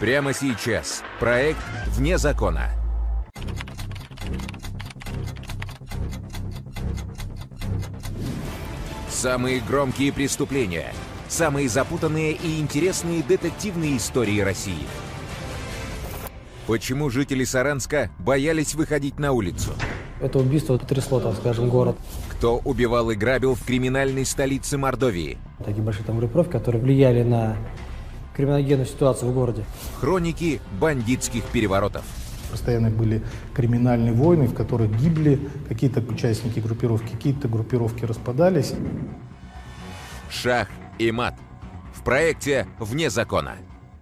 Прямо сейчас. Проект «Вне закона». Самые громкие преступления. Самые запутанные и интересные детективные истории России. Почему жители Саранска боялись выходить на улицу? Это убийство трясло, так скажем, город. Кто убивал и грабил в криминальной столице Мордовии? Такие большие там группировки, которые влияли на криминогенную ситуацию в городе. Хроники бандитских переворотов. Постоянно были криминальные войны, в которых гибли какие-то участники группировки, какие-то группировки распадались. Шах и мат. В проекте «Вне закона».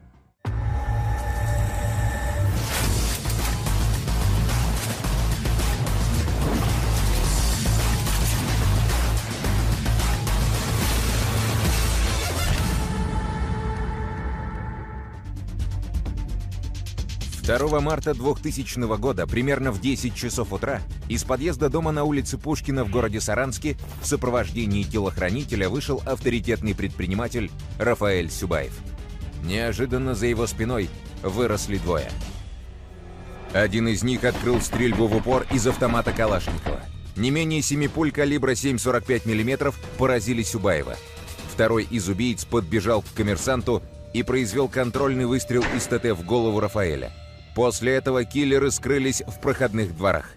«2 марта 2000 года, примерно в 10 часов утра, из подъезда дома на улице Пушкина в городе Саранске в сопровождении телохранителя вышел авторитетный предприниматель Рафаэль Сюбаев. Неожиданно за его спиной выросли двое. Один из них открыл стрельбу в упор из автомата Калашникова. Не менее 7 пуль калибра 7,45 мм поразили Сюбаева. Второй из убийц подбежал к коммерсанту и произвел контрольный выстрел из ТТ в голову Рафаэля. После этого киллеры скрылись в проходных дворах.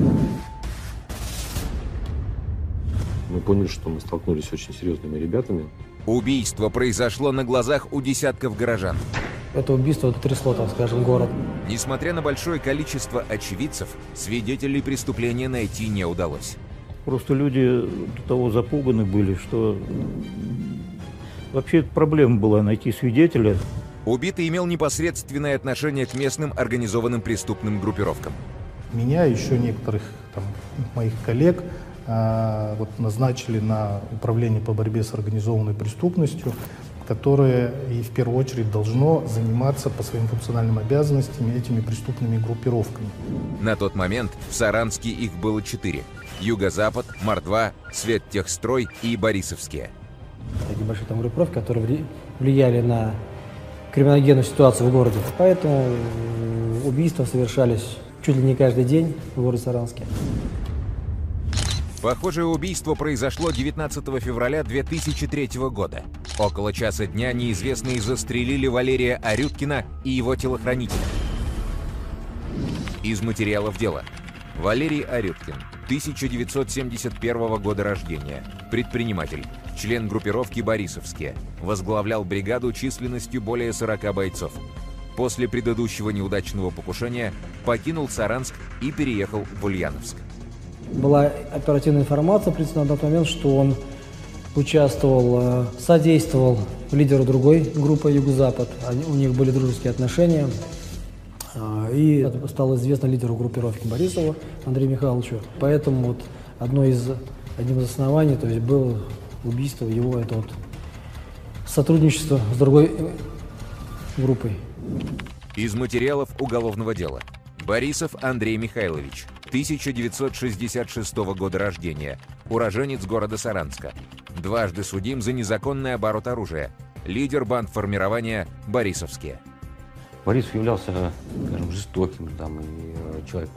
Мы поняли, что мы столкнулись с очень серьезными ребятами. Убийство произошло на глазах у десятков горожан. Это убийство трясло, так скажем, город. Несмотря на большое количество очевидцев, свидетелей преступления найти не удалось. Просто люди до того запуганы были, что вообще проблема была найти свидетеля. Убитый имел непосредственное отношение к местным организованным преступным группировкам. Меня и еще некоторых моих коллег назначили на управление по борьбе с организованной преступностью, которое и в первую очередь должно заниматься по своим функциональным обязанностям этими преступными группировками. На тот момент в Саранске их было 4. Юго-Запад, Мордва, Светтехстрой и Борисовские. Такие большие там группировки, которые влияли на криминогенную ситуацию в городе. Поэтому убийства совершались чуть ли не каждый день в городе Саранске. Похожее убийство произошло 19 февраля 2003 года. Около часа дня неизвестные застрелили Валерия Арюткина и его телохранителя. Из материалов дела. Валерий Арюткин, 1971 года рождения, предприниматель, член группировки «Борисовские», возглавлял бригаду численностью более 40 бойцов. После предыдущего неудачного покушения покинул Саранск и переехал в Ульяновск. Была оперативная информация, в принципе, на тот момент, что он участвовал, содействовал лидеру другой группы «Юго-Запад». У них были дружеские отношения. И стало известно лидеру группировки Борисову Андрею Михайловичу. Поэтому одним из оснований было убийство его, сотрудничество с другой группой. Из материалов уголовного дела. Борисов Андрей Михайлович, 1966 года рождения, уроженец города Саранска. Дважды судим за незаконный оборот оружия. Лидер бандформирования «Борисовские». Борисов являлся, скажем, жестоким и человеком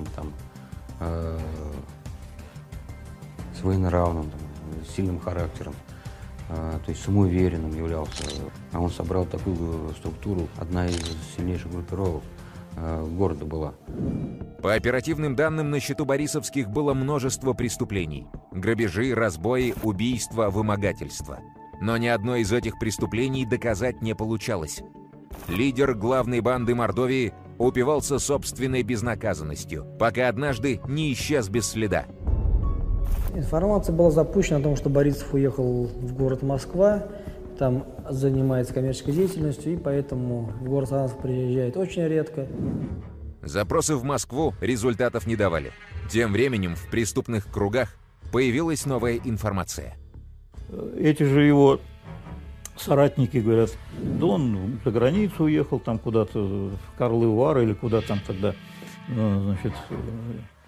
своенравным, с сильным характером, то есть самоуверенным являлся. А он собрал такую структуру, одна из сильнейших группировок города была. По оперативным данным, на счету Борисовских было множество преступлений. Грабежи, разбои, убийства, вымогательства. Но ни одно из этих преступлений доказать не получалось. Лидер главной банды Мордовии упивался собственной безнаказанностью, пока однажды не исчез без следа. Информация была запущена о том, что Борисов уехал в город Москва, там занимается коммерческой деятельностью, и поэтому в город Саранск приезжает очень редко. Запросы в Москву результатов не давали. Тем временем в преступных кругах появилась новая информация. Эти же его соратники говорят, да он за границу уехал, там куда-то в Карлы Вары или куда там тогда,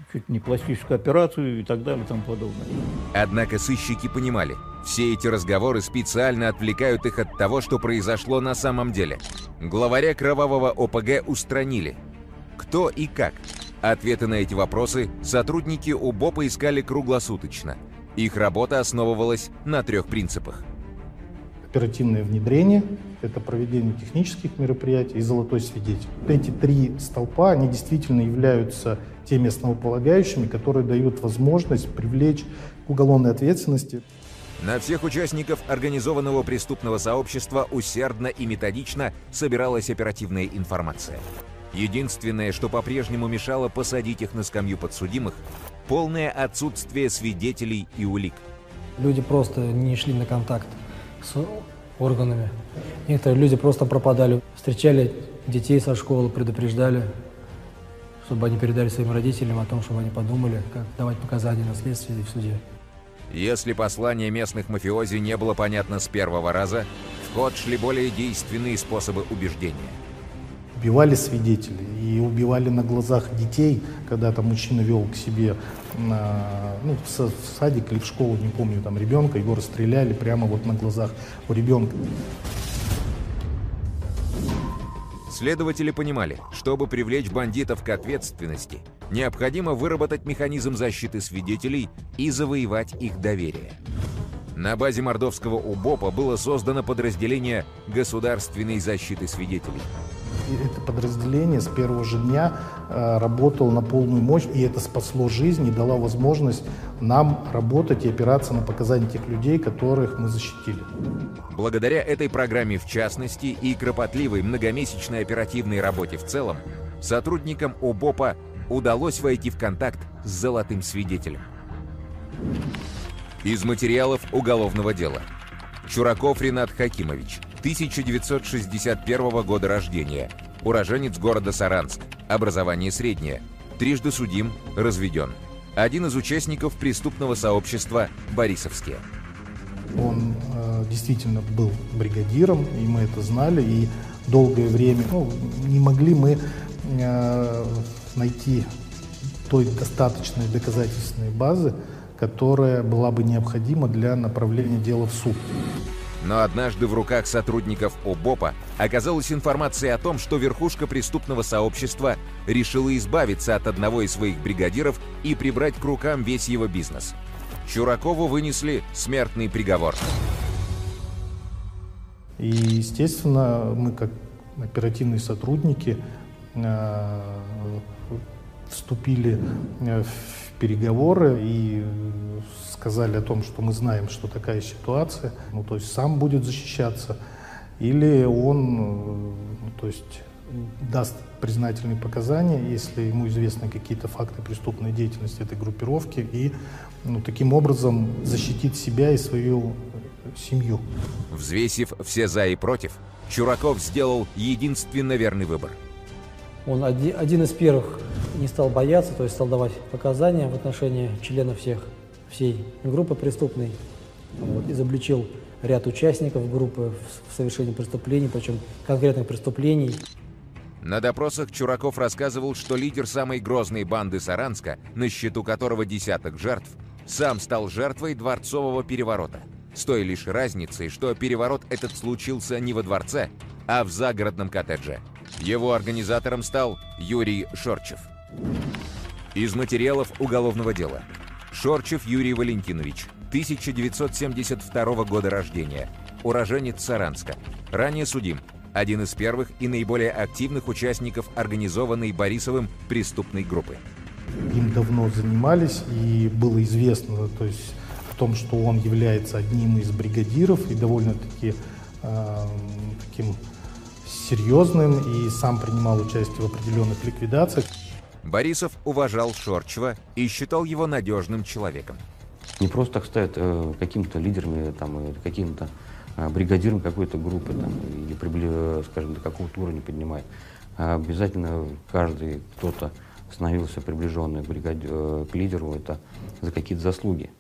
чуть не пластическую операцию и так далее и тому подобное. Однако сыщики понимали, все эти разговоры специально отвлекают их от того, что произошло на самом деле. Главаря кровавого ОПГ устранили. Кто и как? Ответы на эти вопросы сотрудники УБОПа искали круглосуточно. Их работа основывалась на 3 принципах. Оперативное внедрение, это проведение технических мероприятий и золотой свидетель. Эти 3 столпа, они действительно являются теми основополагающими, которые дают возможность привлечь к уголовной ответственности. На всех участников организованного преступного сообщества усердно и методично собиралась оперативная информация. Единственное, что по-прежнему мешало посадить их на скамью подсудимых – полное отсутствие свидетелей и улик. Люди просто не шли на контакт с органами. Некоторые люди просто пропадали. Встречали детей со школы, предупреждали, чтобы они передали своим родителям о том, чтобы они подумали, как давать показания на следствии и в суде. Если послание местных мафиози не было понятно с первого раза, в ход шли более действенные способы убеждения. Убивали свидетелей и убивали на глазах детей, когда там мужчина вел к себе в садик или в школу, не помню, там ребенка, его расстреляли прямо вот на глазах у ребенка. Следователи понимали, чтобы привлечь бандитов к ответственности, необходимо выработать механизм защиты свидетелей и завоевать их доверие. На базе мордовского УБОПа было создано подразделение государственной защиты свидетелей. И это подразделение с первого же дня работало на полную мощь, и это спасло жизнь и дало возможность нам работать и опираться на показания тех людей, которых мы защитили. Благодаря этой программе в частности и кропотливой многомесячной оперативной работе в целом, сотрудникам УБОПа удалось войти в контакт с золотым свидетелем. Из материалов уголовного дела. Чураков Ринат Хакимович, 1961 года рождения, уроженец города Саранск, образование среднее, трижды судим, разведен. Один из участников преступного сообщества «Борисовские». Он действительно был бригадиром, и мы это знали, и долгое время не могли мы найти той достаточной доказательственной базы, которая была бы необходима для направления дела в суд. Но однажды в руках сотрудников УБОПа оказалась информация о том, что верхушка преступного сообщества решила избавиться от одного из своих бригадиров и прибрать к рукам весь его бизнес. Чуракову вынесли смертный приговор. И, естественно, мы как оперативные сотрудники вступили в переговоры и сказали о том, что мы знаем, что такая ситуация, то есть сам будет защищаться, или он, даст признательные показания, если ему известны какие-то факты преступной деятельности этой группировки, и таким образом защитит себя и свою семью. Взвесив все «за» и «против», Чураков сделал единственно верный выбор. Он один из первых не стал бояться, то есть стал давать показания в отношении членов всей группы преступной. Изобличил ряд участников группы в совершении преступлений, причем конкретных преступлений. На допросах Чураков рассказывал, что лидер самой грозной банды Саранска, на счету которого десяток жертв, сам стал жертвой дворцового переворота. С той лишь разницей, что переворот этот случился не во дворце, а в загородном коттедже. Его организатором стал Юрий Шорчев. Из материалов уголовного дела. Шорчев Юрий Валентинович, 1972 года рождения, уроженец Саранска, ранее судим, один из первых и наиболее активных участников организованной Борисовым преступной группы. Им давно занимались, и было известно, о том, что он является одним из бригадиров и довольно-таки таким серьезным, и сам принимал участие в определенных ликвидациях. Борисов уважал Шорчева и считал его надежным человеком. Не просто так стать каким-то лидерами, или каким-то бригадиром какой-то группы, или, скажем, до какого-то уровня поднимать. А обязательно каждый, кто-то становился приближенный к лидеру, это за какие-то заслуги.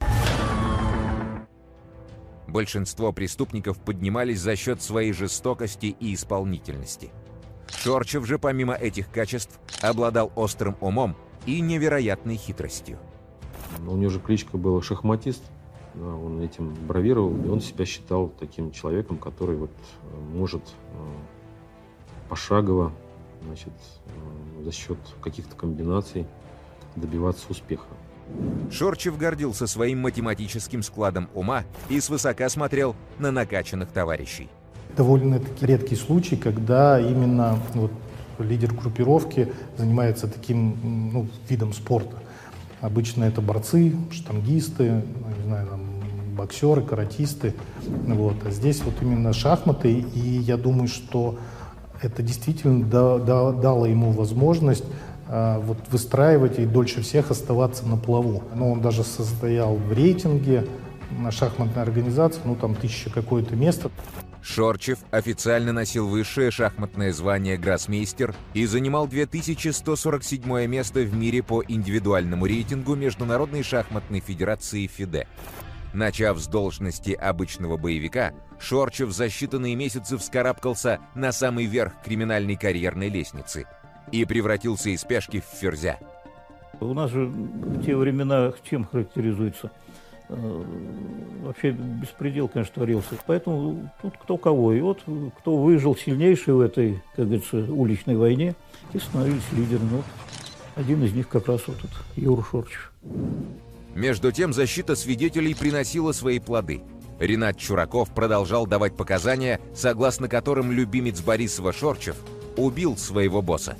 Большинство преступников поднимались за счет своей жестокости и исполнительности. Шорчев же, помимо этих качеств, обладал острым умом и невероятной хитростью. У него же кличка была «Шахматист». Да, он этим бравировал, и он себя считал таким человеком, который вот может пошагово, значит, за счет каких-то комбинаций добиваться успеха. Шорчев гордился своим математическим складом ума и свысока смотрел на накачанных товарищей. Довольно-таки редкий случай, когда именно вот лидер группировки занимается таким видом спорта. Обычно это борцы, штангисты, не знаю, там, боксеры, каратисты. Вот. А здесь вот именно шахматы, и я думаю, что это действительно дало ему возможность вот выстраивать и дольше всех оставаться на плаву. Но он даже состоял в рейтинге на шахматной организации, там 1000 какое-то место. Шорчев официально носил высшее шахматное звание гроссмейстер и занимал 2147 место в мире по индивидуальному рейтингу Международной шахматной федерации ФИДЕ. Начав с должности обычного боевика, Шорчев за считанные месяцы вскарабкался на самый верх криминальной карьерной лестницы и превратился из пешки в ферзя. У нас же в те времена чем характеризуется? Вообще беспредел, конечно, творился. Поэтому тут кто кого. И вот кто выжил сильнейший в этой, как говорится, уличной войне, и становились лидерами. Вот один из них как раз вот тут, Юра Шорчев. Между тем, защита свидетелей приносила свои плоды. Ринат Чураков продолжал давать показания, согласно которым любимец Борисова Шорчев убил своего босса.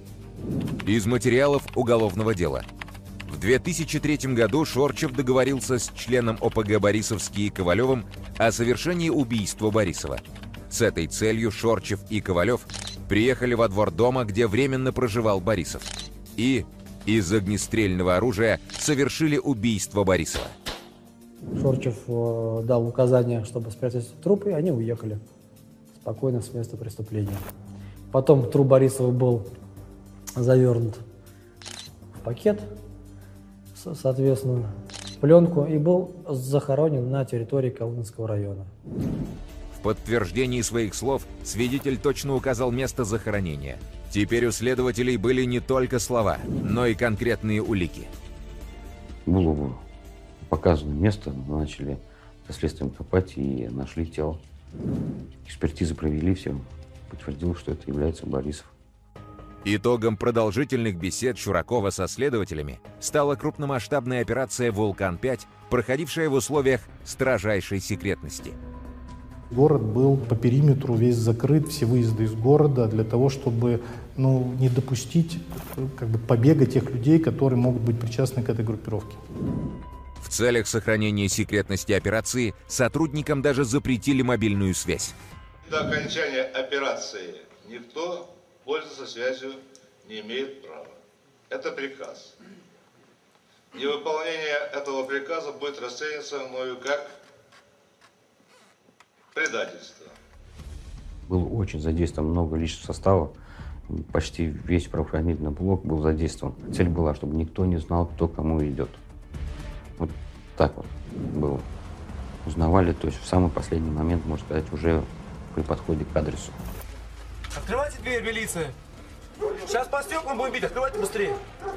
Из материалов уголовного дела. В 2003 году Шорчев договорился с членом ОПГ Борисовский и Ковалевым о совершении убийства Борисова. С этой целью Шорчев и Ковалев приехали во двор дома, где временно проживал Борисов, и из огнестрельного оружия совершили убийство Борисова. Шорчев дал указание, чтобы спрятать трупы, и они уехали спокойно с места преступления. Потом труп Борисова был завернут в пакет, соответственно, в пленку, и был захоронен на территории Колыменского района. В подтверждении своих слов свидетель точно указал место захоронения. Теперь у следователей были не только слова, но и конкретные улики. Было показано место, мы начали со следствием копать и нашли тело. Экспертизы провели, все подтвердило, что это является Борисов. Итогом продолжительных бесед Чуракова со следователями стала крупномасштабная операция «Вулкан-5», проходившая в условиях строжайшей секретности. Город был по периметру весь закрыт, все выезды из города, для того, чтобы не допустить побега тех людей, которые могут быть причастны к этой группировке. В целях сохранения секретности операции сотрудникам даже запретили мобильную связь. До окончания операции никто пользоваться связью не имеет права. Это приказ. Невыполнение этого приказа будет расцениваться мною как предательство. Было очень задействовано много личного состава. Почти весь правоохранительный блок был задействован. Цель была, чтобы никто не знал, кто кому идет. Вот так вот было. Узнавали, то есть в самый последний момент, можно сказать, уже при подходе к адресу. Открывайте дверь, милиция! Сейчас по стеклам будем бить, открывайте быстрее!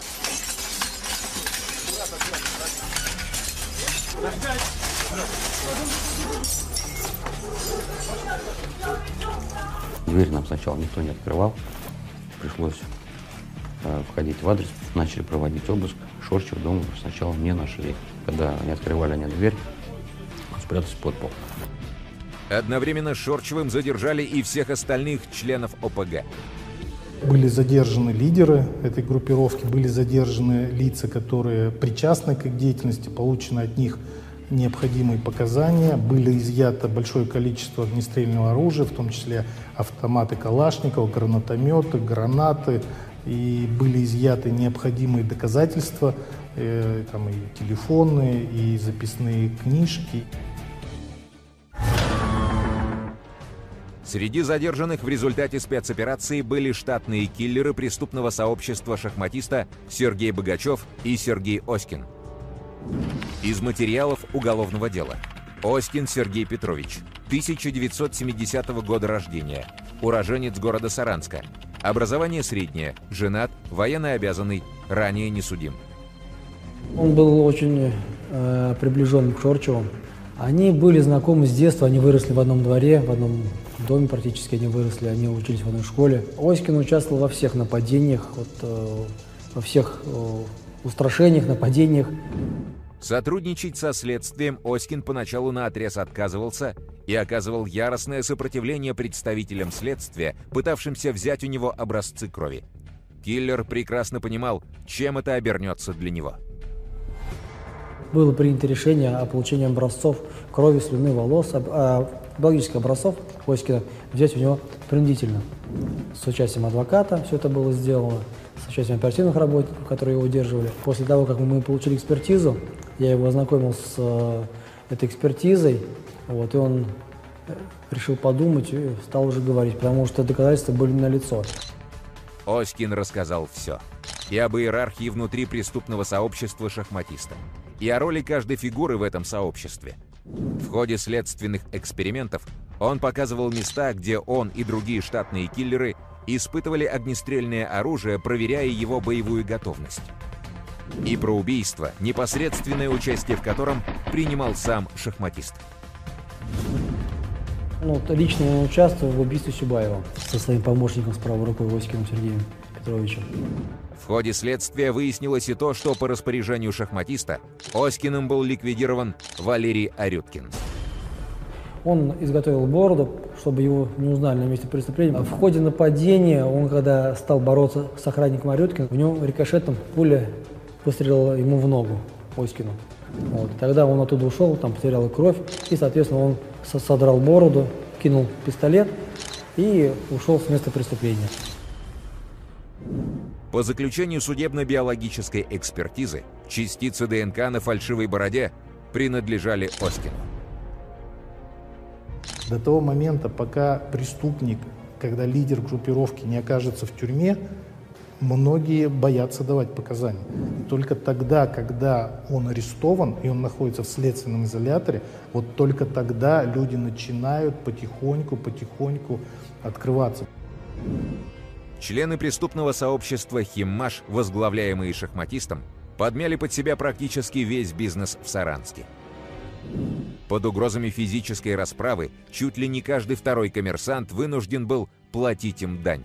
Дверь нам сначала никто не открывал. Пришлось входить в адрес, начали проводить обыск. Шорчев дома сначала не нашли. Когда не открывали они дверь, он спрятался под пол. Одновременно с Шорчевым задержали и всех остальных членов ОПГ. Были задержаны лидеры этой группировки, были задержаны лица, которые причастны к их деятельности, получены от них необходимые показания, были изъято большое количество огнестрельного оружия, в том числе автоматы Калашникова, гранатометы, гранаты, и были изъяты необходимые доказательства, там и телефоны, и записные книжки. Среди задержанных в результате спецоперации были штатные киллеры преступного сообщества шахматиста Сергей Богачев и Сергей Оськин. Из материалов уголовного дела. Оськин Сергей Петрович, 1970 года рождения, уроженец города Саранска, Образование среднее, женат, военнообязанный, ранее не судим. Он был очень приближен к Шорчеву. Они были знакомы с детства, они выросли в одном дворе, в одном доме практически они выросли, они учились в одной школе. Оськин участвовал во всех нападениях, во всех устрашениях, нападениях. Сотрудничать со следствием Оськин поначалу наотрез отказывался и оказывал яростное сопротивление представителям следствия, пытавшимся взять у него образцы крови. Киллер прекрасно понимал, чем это обернется для него. Было принято решение о получении образцов крови, слюны, волос, биологических образцов Оськина взять у него принудительно. С участием адвоката все это было сделано, с участием оперативных работников, которые его удерживали. После того, как мы получили экспертизу, я его ознакомил с этой экспертизой, и он решил подумать и стал уже говорить, потому что доказательства были налицо. Оськин рассказал все. И об иерархии внутри преступного сообщества шахматиста, и о роли каждой фигуры в этом сообществе. В ходе следственных экспериментов он показывал места, где он и другие штатные киллеры испытывали огнестрельное оружие, проверяя его боевую готовность. И про убийство, непосредственное участие в котором принимал сам шахматист. Лично он участвовал в убийстве Сюбаева со своим помощником с правой рукой Оськиным Сергеем Петровичем. В ходе следствия выяснилось и то, что по распоряжению шахматиста Оськиным был ликвидирован Валерий Арюткин. Он изготовил бороду, чтобы его не узнали на месте преступления. В ходе нападения он, когда стал бороться с охранником Арюткина, в него рикошетом пуля выстрелила ему в ногу, Оськину. Тогда он оттуда ушел, там потерял кровь, и, соответственно, он содрал бороду, кинул пистолет и ушел с места преступления. По заключению судебно-биологической экспертизы, частицы ДНК на фальшивой бороде принадлежали Оськину. До того момента, пока преступник, когда лидер группировки не окажется в тюрьме, многие боятся давать показания. Только тогда, когда он арестован и он находится в следственном изоляторе, только тогда люди начинают потихоньку открываться. Члены преступного сообщества «Химмаш», возглавляемые шахматистом, подмяли под себя практически весь бизнес в Саранске. Под угрозами физической расправы чуть ли не каждый второй коммерсант вынужден был платить им дань.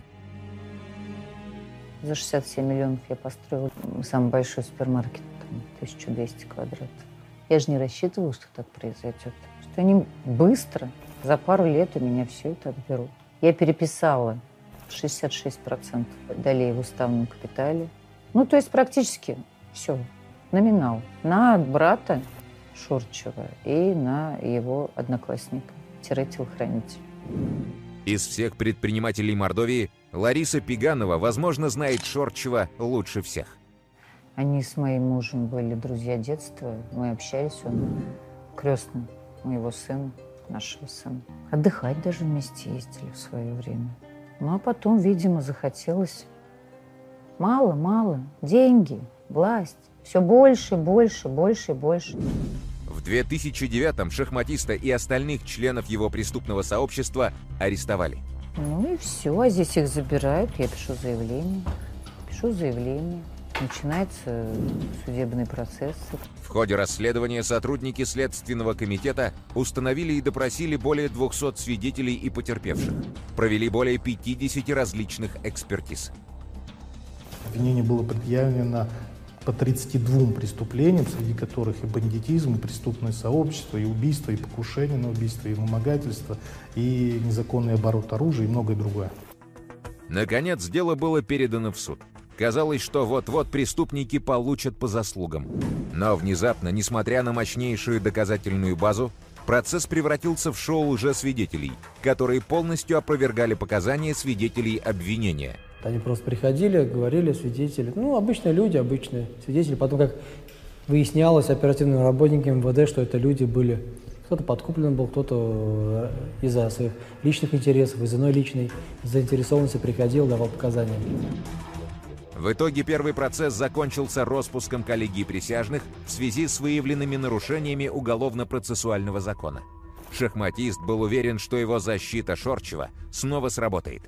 За 67 миллионов я построила самый большой супермаркет, 1200 квадратов. Я же не рассчитывала, что так произойдет. Что они быстро, за пару лет у меня все это отберут. Я переписала 66% долей в уставном капитале. То есть практически все, номинал. На брата Шорчева и на его одноклассника-телохранителя. Из всех предпринимателей Мордовии Лариса Пиганова, возможно, знает Шорчева лучше всех. Они с моим мужем были друзья детства. Мы общались, он крестный моего сына, нашего сына. Отдыхать даже вместе ездили в свое время. А потом, видимо, захотелось мало, деньги, власть. Все больше. В 2009-м шахматиста и остальных членов его преступного сообщества арестовали. И все, а здесь их забирают, я пишу заявление, начинается судебный процесс. В ходе расследования сотрудники Следственного комитета установили и допросили более 200 свидетелей и потерпевших, провели более 50 различных экспертиз. Обвинение было предъявлено по 32 преступлениям, среди которых и бандитизм, и преступное сообщество, и убийство, и покушение на убийство, и вымогательство, и незаконный оборот оружия, и многое другое. Наконец, дело было передано в суд. Казалось, что вот-вот преступники получат по заслугам. Но внезапно, несмотря на мощнейшую доказательную базу, процесс превратился в шоу лжесвидетелей, которые полностью опровергали показания свидетелей обвинения. Они просто приходили, говорили свидетели, обычные люди, обычные свидетели. Потом, как выяснялось оперативными работниками МВД, что это люди были, кто-то подкуплен был, кто-то из-за своих личных интересов, из иной личной заинтересованности приходил, давал показания. В итоге первый процесс закончился распуском коллегии присяжных в связи с выявленными нарушениями уголовно-процессуального закона. Шахматист был уверен, что его защита Шорчева снова сработает.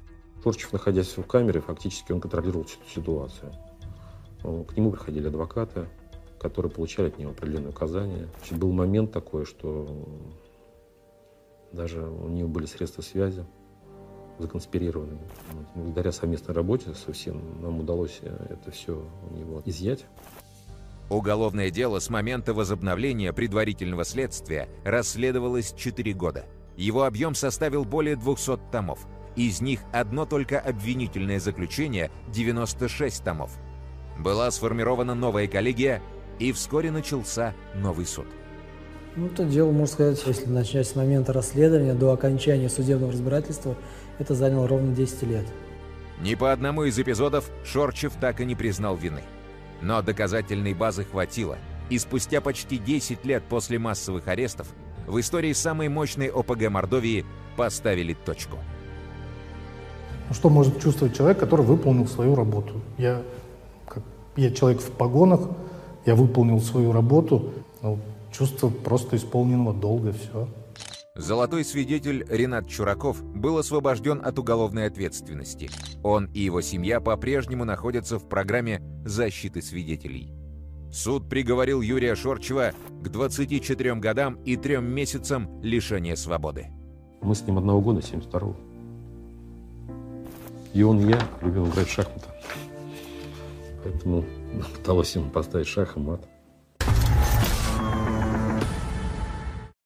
Шорчев, находясь в камере, фактически он контролировал всю эту ситуацию. К нему приходили адвокаты, которые получали от него определенные указания. Значит, был момент такой, что даже у него были средства связи законспирированные. Благодаря совместной работе со всем нам удалось это все у него изъять. Уголовное дело с момента возобновления предварительного следствия расследовалось 4 года. Его объем составил более 200 томов. Из них одно только обвинительное заключение – 96 томов. Была сформирована новая коллегия, и вскоре начался новый суд. Ну, это дело, можно сказать, если начать с момента расследования до окончания судебного разбирательства, это заняло ровно 10 лет. Ни по одному из эпизодов Шорчев так и не признал вины. Но доказательной базы хватило, и спустя почти 10 лет после массовых арестов в истории самой мощной ОПГ Мордовии поставили точку. Что может чувствовать человек, который выполнил свою работу? Я человек в погонах, я выполнил свою работу, чувство просто исполненного долга, все. Золотой свидетель Ренат Чураков был освобожден от уголовной ответственности. Он и его семья по-прежнему находятся в программе защиты свидетелей. Суд приговорил Юрия Шорчева к 24 годам и 3 месяцам лишения свободы. Мы с ним одного года, 72-го. И он, и я любим играть в шахматы. Поэтому удалось ему поставить шах и мат.